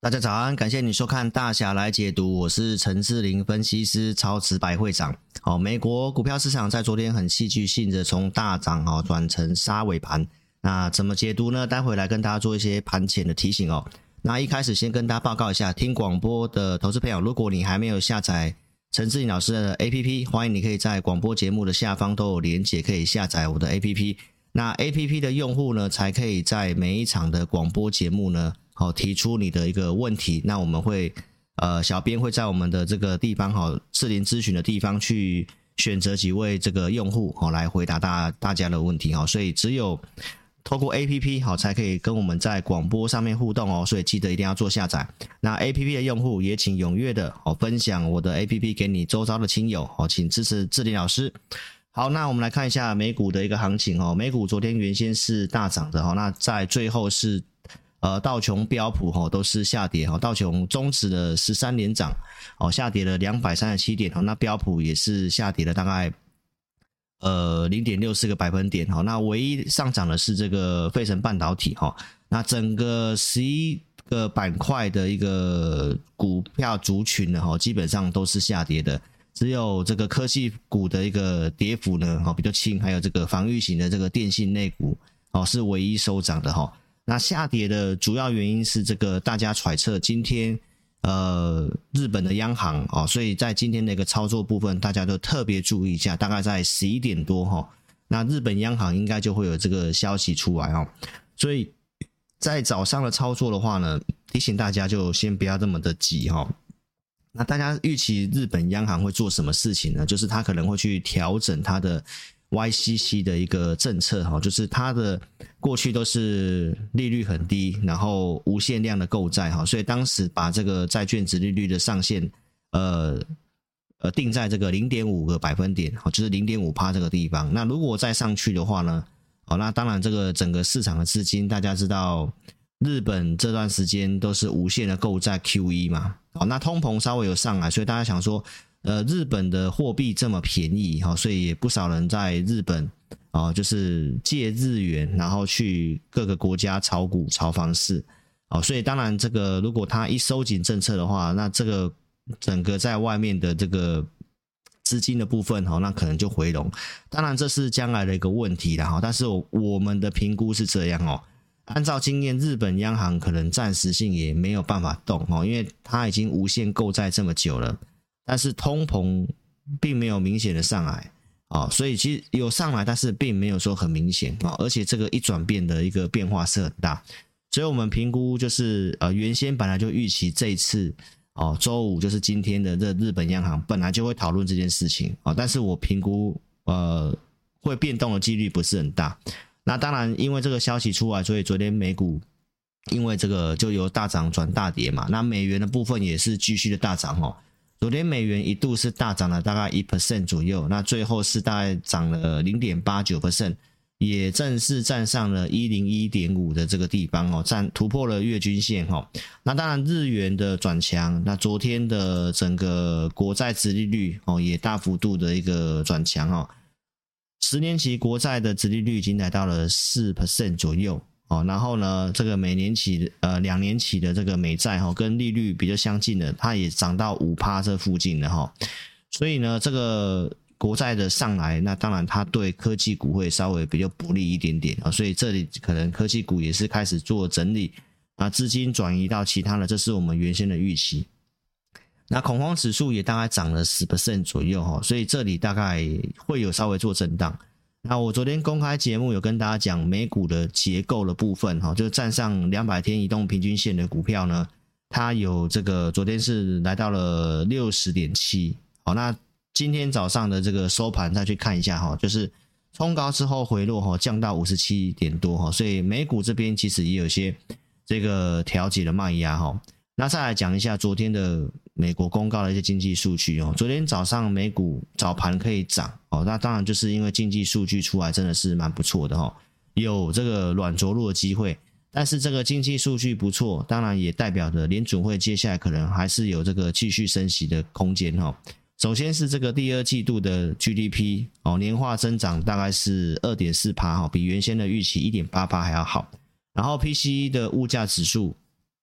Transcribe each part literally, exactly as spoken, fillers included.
大家早安，感谢你收看大侠来解读，我是陈志霖分析师，超直白会长。好，美国股票市场在昨天很戏剧性的从大涨哦转成杀尾盘，那怎么解读呢？待会来跟大家做一些盘前的提醒哦。那一开始先跟大家报告一下，听广播的投资朋友，如果你还没有下载陈志霖老师的 A P P， 欢迎你可以在广播节目的下方都有连结，可以下载我的 A P P。那 A P P 的用户呢，才可以在每一场的广播节目呢，好提出你的一个问题。那我们会呃，小编会在我们的这个地方好志霖咨询的地方去选择几位这个用户好来回答大大家的问题好，所以只有透过 A P P 好才可以跟我们在广播上面互动哦，所以记得一定要做下载。那 A P P 的用户也请踊跃的好分享我的 A P P 给你周遭的亲友好，请支持志霖老师。好，那我们来看一下美股的一个行情哦。美股昨天原先是大涨的哈，那在最后是呃道琼标普哈都是下跌哈，道琼终止了十三连涨哦，下跌了两百三十七点哦，那标普也是下跌了大概呃 零点六四 个百分点哈，那唯一上涨的是这个费城半导体哈，那整个十一个板块的一个股票族群呢哈，基本上都是下跌的。只有这个科技股的一个跌幅呢比较轻，还有这个防御型的这个电信类股是唯一收涨的。那下跌的主要原因是这个大家揣测今天呃日本的央行所以在今天的一个操作部分大家都特别注意一下，大概在十一点多那日本央行应该就会有这个消息出来所以在早上的操作的话呢，提醒大家就先不要这么的急那大家预期日本央行会做什么事情呢？就是他可能会去调整他的 Y C C 的一个政策就是他的过去都是利率很低，然后无限量的购债所以当时把这个债券殖利率的上限呃呃定在这个 零点五 个百分点就是 零点五 这个地方。那如果再上去的话呢那当然这个整个市场的资金大家知道日本这段时间都是无限的购债 Q E 嘛，那通膨稍微有上来，所以大家想说呃，日本的货币这么便宜所以也不少人在日本就是借日元然后去各个国家炒股炒房市所以当然这个如果他一收紧政策的话，那这个整个在外面的这个资金的部分那可能就回笼，当然这是将来的一个问题啦，但是我们的评估是这样哦。按照经验，日本央行可能暂时性也没有办法动因为它已经无限购债这么久了，但是通膨并没有明显的上来所以其实有上来，但是并没有说很明显而且这个一转变的一个变化是很大，所以我们评估就是呃原先本来就预期这一次哦周五就是今天的这日本央行本来就会讨论这件事情但是我评估呃会变动的几率不是很大。那当然因为这个消息出来，所以昨天美股因为这个就由大涨转大跌嘛，那美元的部分也是继续的大涨昨天美元一度是大涨了大概 百分之一 左右，那最后是大概涨了 零点八九 也正式站上了 一零一点五 的这个地方站突破了月均线那当然日元的转强，那昨天的整个国债殖利率也大幅度的一个转强十年期国债的殖利率已经来到了 百分之四 左右然后呢这个每年期呃两年期的这个美债跟利率比较相近的，它也涨到 百分之五 这附近了所以呢这个国债的上来，那当然它对科技股会稍微比较不利一点点所以这里可能科技股也是开始做整理啊，资金转移到其他的，这是我们原先的预期。那恐慌指数也大概涨了 百分之十 左右所以这里大概会有稍微做震荡。那我昨天公开节目有跟大家讲美股的结构的部分就是站上两百天移动平均线的股票呢，它有这个昨天是来到了 六十点七 那今天早上的这个收盘再去看一下就是冲高之后回落降到五十七点多所以美股这边其实也有些这个调节的卖压那再来讲一下昨天的美国公告的一些经济数据昨天早上美股早盘可以涨那当然就是因为经济数据出来真的是蛮不错的有这个软着陆的机会，但是这个经济数据不错，当然也代表着联准会接下来可能还是有这个继续升息的空间首先是这个第二季度的 G D P 年化增长大概是 百分之二点四 比原先的预期 一点八 还要好，然后 P C E 的物价指数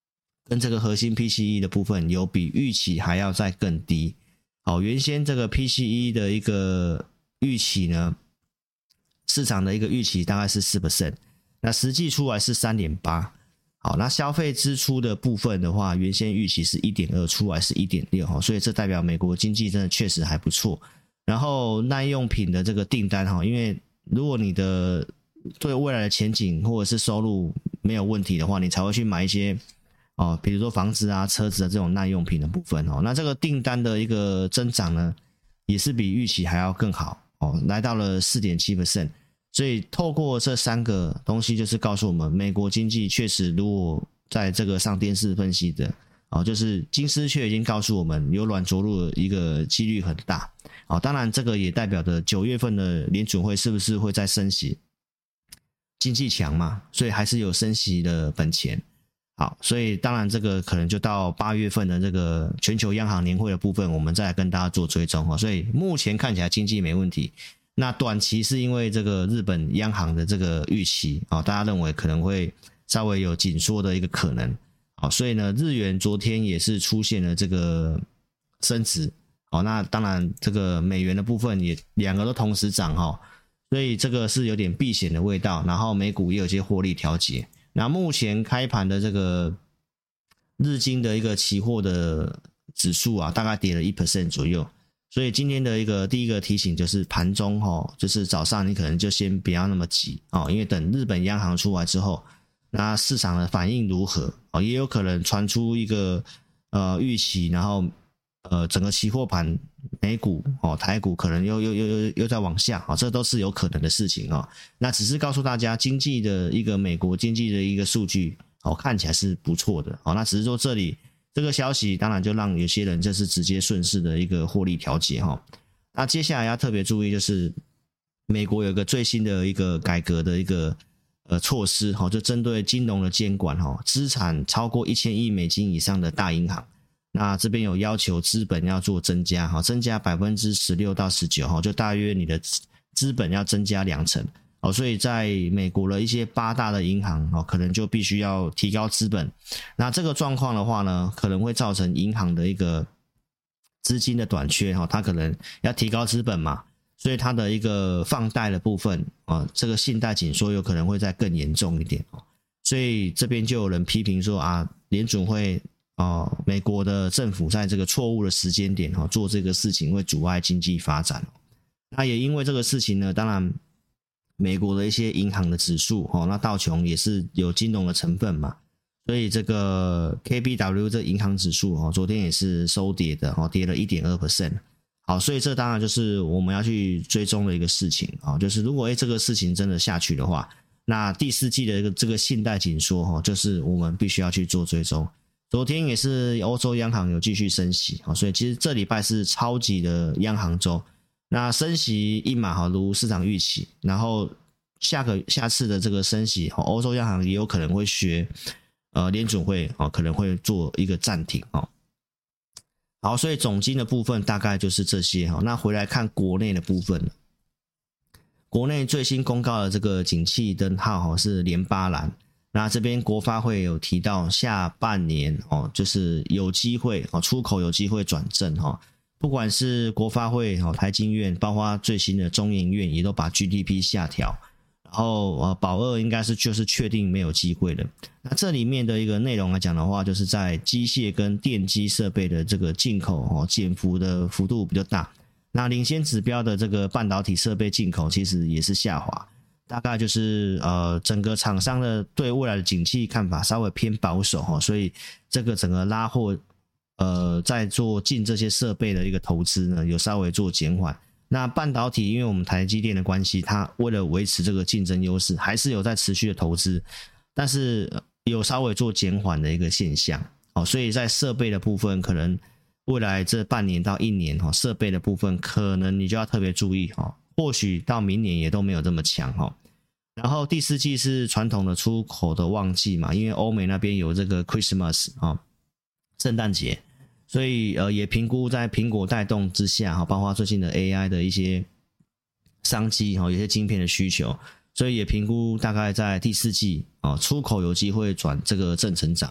跟这个核心 P C E 的部分有比预期还要再更低。好，原先这个 P C E 的一个预期呢，市场的一个预期大概是 百分之四， 那实际出来是 三点八。 好，那消费支出的部分的话，原先预期是 一点二， 出来是 一点六， 所以这代表美国经济真的确实还不错。然后耐用品的这个订单，因为如果你的对未来的前景或者是收入没有问题的话，你才会去买一些哦，比如说房子啊、车子的这种耐用品的部分哦。那这个订单的一个增长呢，也是比预期还要更好哦，来到了 百分之四点七。 所以透过这三个东西，就是告诉我们，美国经济确实，如果在这个上电视分析的哦，就是金丝雀已经告诉我们，有软着陆的一个几率很大哦。当然，这个也代表着九月份的联准会是不是会再升息？经济强嘛，所以还是有升息的本钱。好，所以当然这个可能就到八月份的这个全球央行年会的部分，我们再来跟大家做追踪。所以目前看起来经济没问题。那短期是因为这个日本央行的这个预期大家认为可能会稍微有紧缩的一个可能。好，所以呢，日元昨天也是出现了这个升值。好，那当然这个美元的部分也两个都同时涨哈，所以这个是有点避险的味道。然后美股也有些获利调节。那目前开盘的这个日经的一个期货的指数啊，大概跌了 百分之一 左右。所以今天的一个第一个提醒就是盘中齁，就是早上你可能就先不要那么急哦，因为等日本央行出来之后，那市场的反应如何哦，也有可能传出一个呃预期，然后呃整个期货盘美股哦台股可能又又又又又在往下哦，这都是有可能的事情哦。那只是告诉大家，经济的一个美国经济的一个数据哦看起来是不错的哦，那只是说这里。这个消息当然就让有些人就是直接顺势的一个获利调节齁。那接下来要特别注意就是美国有一个最新的一个改革的一个呃措施齁，就针对金融的监管齁，资产超过一千亿美金以上的大银行，那这边有要求资本要做增加齁，增加 百分之十六到十九 齁，就大约你的资本要增加两成。哦，所以在美国的一些八大的银行哦，可能就必须要提高资本。那这个状况的话呢，可能会造成银行的一个资金的短缺哈，它可能要提高资本嘛，所以它的一个放贷的部分啊，这个信贷紧缩有可能会再更严重一点哦。所以这边就有人批评说啊，联准会哦，美国的政府在这个错误的时间点哈做这个事情会阻碍经济发展。那也因为这个事情呢，当然。美国的一些银行的指数那道琼也是有金融的成分嘛，所以这个 K B W 这银行指数昨天也是收跌的，跌了 百分之一点二。 好，所以这当然就是我们要去追踪的一个事情，就是如果这个事情真的下去的话，那第四季的这个信贷紧缩就是我们必须要去做追踪。昨天也是欧洲央行有继续升息，所以其实这礼拜是超级的央行周。那升息一码好如市场预期，然后下个下次的这个升息，欧洲央行也有可能会学呃联准会可能会做一个暂停。好，所以总经的部分大概就是这些。那回来看国内的部分，国内最新公告的这个景气灯号是连八蓝，那这边国发会有提到下半年就是有机会出口有机会转正。不管是国发会、台经院，包括最新的中研院也都把 G D P 下调，然后呃保二应该是就是确定没有机会的。那这里面的一个内容来讲的话，就是在机械跟电机设备的这个进口哦减幅的幅度比较大。那领先指标的这个半导体设备进口其实也是下滑，大概就是呃整个厂商的对未来的景气看法稍微偏保守哦，所以这个整个拉货。呃，在做进这些设备的一个投资呢，有稍微做减缓。那半导体，因为我们台积电的关系，它为了维持这个竞争优势，还是有在持续的投资，但是有稍微做减缓的一个现象。哦，所以在设备的部分，可能未来这半年到一年，哦，设备的部分可能你就要特别注意，哦，或许到明年也都没有这么强，哦。然后第四季是传统的出口的旺季嘛，因为欧美那边有这个 Christmas 哦。圣诞节，所以呃也评估在苹果带动之下，包括最近的 A I 的一些商机，有些晶片的需求，所以也评估大概在第四季出口有机会转这个正成长。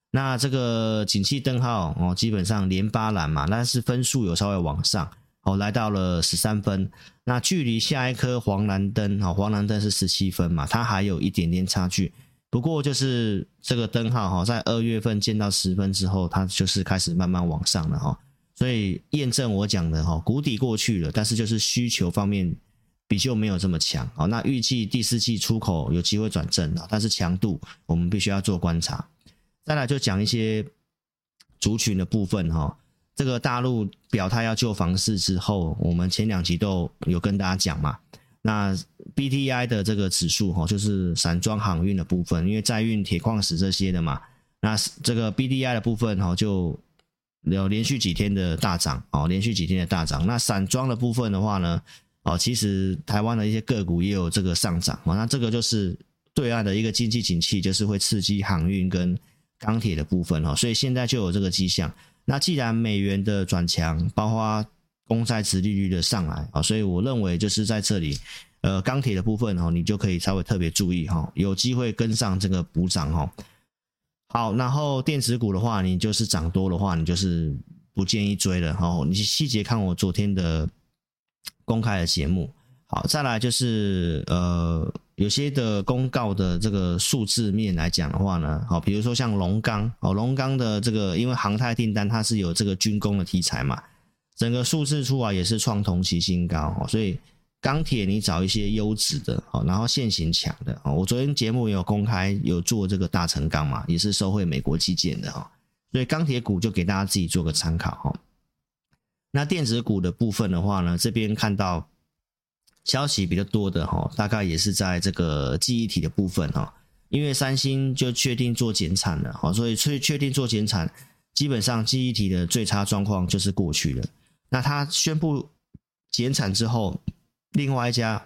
那这个景气灯号哦，基本上连八蓝嘛，但是分数有稍微往上哦，来到了十三分。那距离下一颗黄蓝灯哦，黄蓝灯是十七分嘛，它还有一点点差距。不过就是这个灯号哈，在二月份见到十分之后，它就是开始慢慢往上了哈。所以验证我讲的哈，谷底过去了，但是就是需求方面比就没有这么强。好，那预计第四季出口有机会转正，但是强度我们必须要做观察。再来就讲一些族群的部分哈，这个大陆表态要救房市之后，我们前两集都有跟大家讲嘛。那 B T I 的这个指数哈，就是散装航运的部分，因为载运、铁矿石这些的嘛。那这个 B T I 的部分哈，就有连续几天的大涨哦，连续几天的大涨。那散装的部分的话呢，哦，其实台湾的一些个股也有这个上涨哦。那这个就是对岸的一个经济景气，就是会刺激航运跟钢铁的部分哦，所以现在就有这个迹象。那既然美元的转强，包括公债殖利率的上来啊，所以我认为就是在这里，呃，钢铁的部分哦，你就可以稍微特别注意哈，有机会跟上这个补涨哈。好，然后电子股的话，你就是涨多的话，你就是不建议追了哈。你细节看我昨天的公开的节目。好，再来就是呃，有些的公告的这个数字面来讲的话呢，好，比如说像龙钢哦，龙钢的这个因为航太订单它是有这个军工的题材嘛，整个数字出来也是创同期新高哦，所以钢铁你找一些优质的哦，然后现行强的哦，我昨天节目也有公开有做这个大成钢嘛，也是受惠美国基建的哈，所以钢铁股就给大家自己做个参考哈。那电子股的部分的话呢，这边看到消息比较多的齁，大概也是在这个记忆体的部分齁，因为三星就确定做减产了齁，所以确确定做减产，基本上记忆体的最差状况就是过去了。那他宣布减产之后，另外一家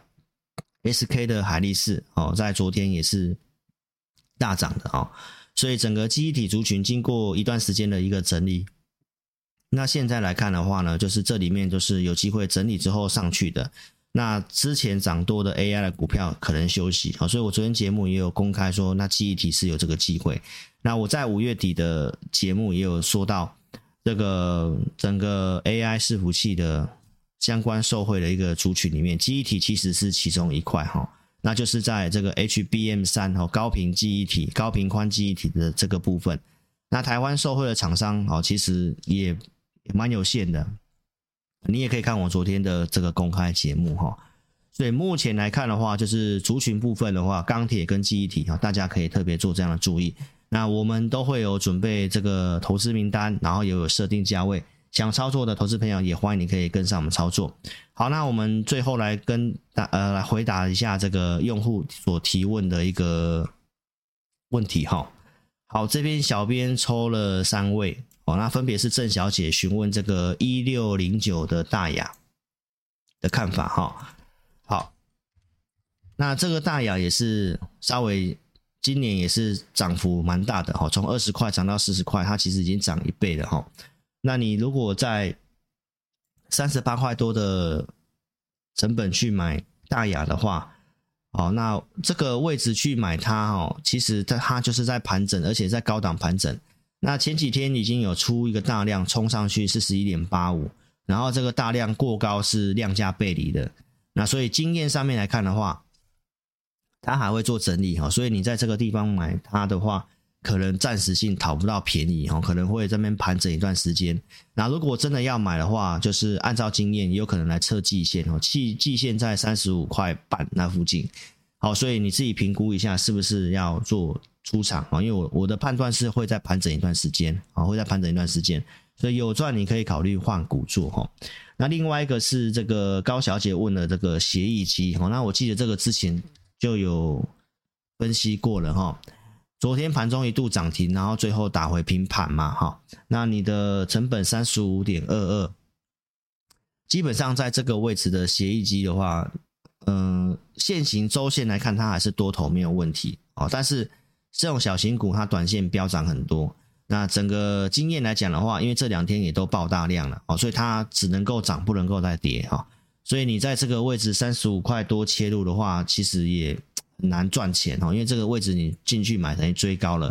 S K 的海力士齁，在昨天也是大涨的齁，所以整个记忆体族群经过一段时间的一个整理，那现在来看的话呢，就是这里面就是有机会整理之后上去的。那之前涨多的 A I 的股票可能休息，所以我昨天节目也有公开说，那记忆体是有这个机会。那我在五月底的节目也有说到，这个整个 A I 伺服器的相关受惠的一个族群里面，记忆体其实是其中一块哈，那就是在这个 H B M 三 高频记忆体、高频宽记忆体的这个部分。那台湾受惠的厂商其实也蛮有限的。你也可以看我昨天的这个公开节目齁，所以目前来看的话，就是族群部分的话，钢铁跟记忆体大家可以特别做这样的注意。那我们都会有准备这个投资名单，然后也有设定价位，想操作的投资朋友也欢迎你可以跟上我们操作。好，那我们最后来跟呃来回答一下这个用户所提问的一个问题齁。好，这边小编抽了三位。哦，那分别是郑小姐询问这个一六零九的大雅的看法哈。好，那这个大雅也是稍微今年也是涨幅蛮大的哈，从二十块涨到四十块，它其实已经涨一倍了哈。那你如果在三十八块多的成本去买大雅的话，哦，那这个位置去买它哦，其实它它就是在盘整，而且在高档盘整。那前几天已经有出一个大量冲上去 四十一点八五， 然后这个大量过高是量价背离的，那所以经验上面来看的话，它还会做整理，所以你在这个地方买它的话，可能暂时性讨不到便宜，可能会在那边盘整一段时间。那如果真的要买的话，就是按照经验也有可能来测季线，季季线在三十五块半那附近，好，所以你自己评估一下是不是要做出场，因为我我的判断是会在盘整一段时间，会在盘整一段时间，所以有赚你可以考虑换股做。那另外一个是这个高小姐问的这个协议机，那我记得这个之前就有分析过了哈。昨天盘中一度涨停，然后最后打回平盘嘛哈。那你的成本 三十五点二二， 基本上在这个位置的协议机的话，嗯，现行周线来看它还是多头没有问题哦，但是这种小型股它短线飙涨很多，那整个经验来讲的话，因为这两天也都爆大量了哦，所以它只能够涨不能够再跌哈，所以你在这个位置三十五块多切入的话，其实也很难赚钱哦，因为这个位置你进去买等于追高了，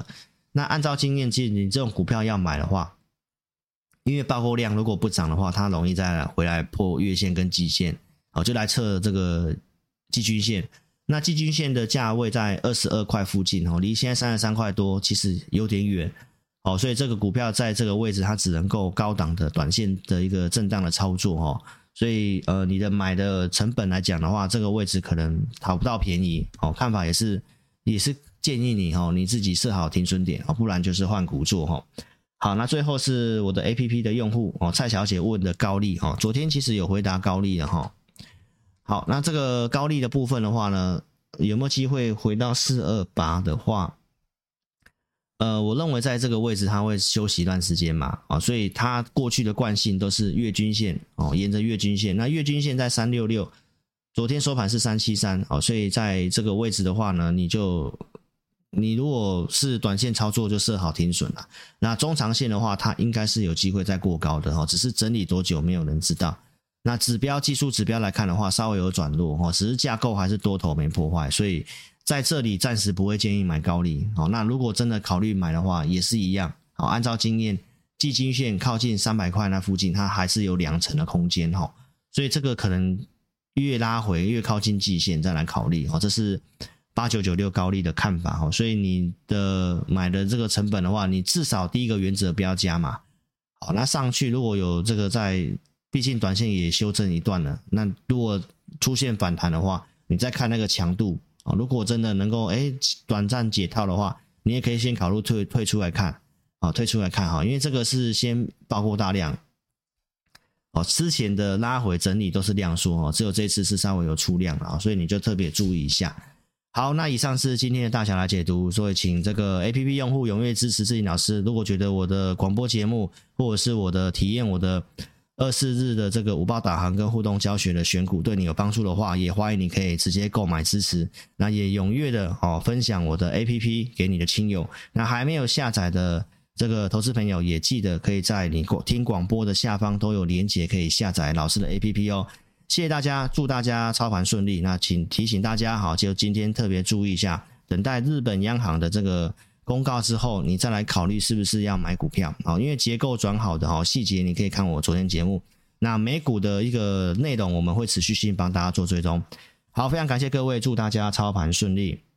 那按照经验，其实你这种股票要买的话，因为爆购量如果不涨的话，它容易再回来破月线跟季线，好，就来测这个季均线。那季均线的价位在二十二块附近，离现在三十三块多其实有点远，所以这个股票在这个位置它只能够高档的短线的一个震荡的操作，所以呃，你的买的成本来讲的话，这个位置可能讨不到便宜，看法也是也是建议你你自己设好停损点，不然就是换股做。好，那最后是我的 A P P 的用户蔡小姐问的高利，昨天其实有回答高利的。好，那这个高利的部分的话呢，有没有机会回到四二八的话，呃，我认为在这个位置它会休息一段时间嘛，哦，所以它过去的惯性都是月均线，哦，沿着月均线，那月均线在三六六，昨天收盘是三七三，哦，所以在这个位置的话呢，你就你如果是短线操作就设好停损了，那中长线的话它应该是有机会再过高的，哦，只是整理多久没有人知道。那指标技术指标来看的话，稍微有转弱，只是架构还是多头没破坏，所以在这里暂时不会建议买高利。那如果真的考虑买的话也是一样，按照经验季均线靠近三百块那附近它还是有两成的空间，所以这个可能越拉回越靠近季线再来考虑，这是八九九六高利的看法。所以你的买的这个成本的话，你至少第一个原则不要加码。好，那上去如果有这个在毕竟短线也修正一段了，那如果出现反弹的话，你再看那个强度，如果真的能够诶短暂解套的话，你也可以先考虑退退出来看，退出来看，因为这个是先爆过大量，之前的拉回整理都是量缩，只有这次是稍微有出量了，所以你就特别注意一下。好，那以上是今天的大侠来解读，所以请这个 A P P 用户踊跃支持志霖老师。如果觉得我的广播节目或者是我的体验我的二四日的这个午报导航跟互动教学的选股对你有帮助的话，也欢迎你可以直接购买支持，那也踊跃的、哦、分享我的 A P P 给你的亲友。那还没有下载的这个投资朋友也记得可以在你听广播的下方都有连结可以下载老师的 A P P 哦。谢谢大家，祝大家操盘顺利。那请提醒大家，好，就今天特别注意一下，等待日本央行的这个公告之后，你再来考虑是不是要买股票，因为结构转好的细节你可以看我昨天节目。那美股的一个内容我们会持续性帮大家做追踪。好，非常感谢各位，祝大家操盘顺利。